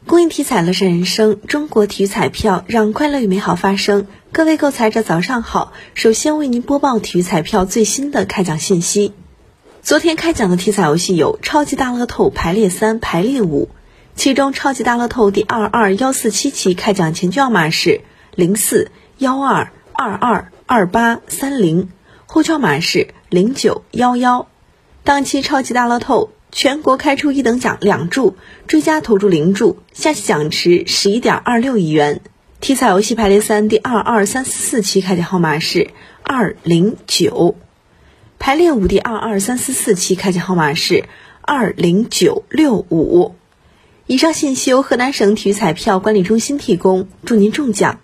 公益体彩乐善人生，中国体育彩票让快乐与美好发生。各位购彩者早上好，首先为您播报体育彩票最新的开奖信息。昨天开奖的体彩游戏有超级大乐透排列3、排列5，其中超级大乐透第22147期开奖前券码是04、12、22、28、30，后券码是09、11。当期超级大乐透全国开出1等奖2注，追加投注0注，下期奖池11.26亿元。体彩游戏排列3第22344期开奖号码是209，排列5第22344期开奖号码是20965。以上信息由河南省体育彩票管理中心提供，祝您中奖。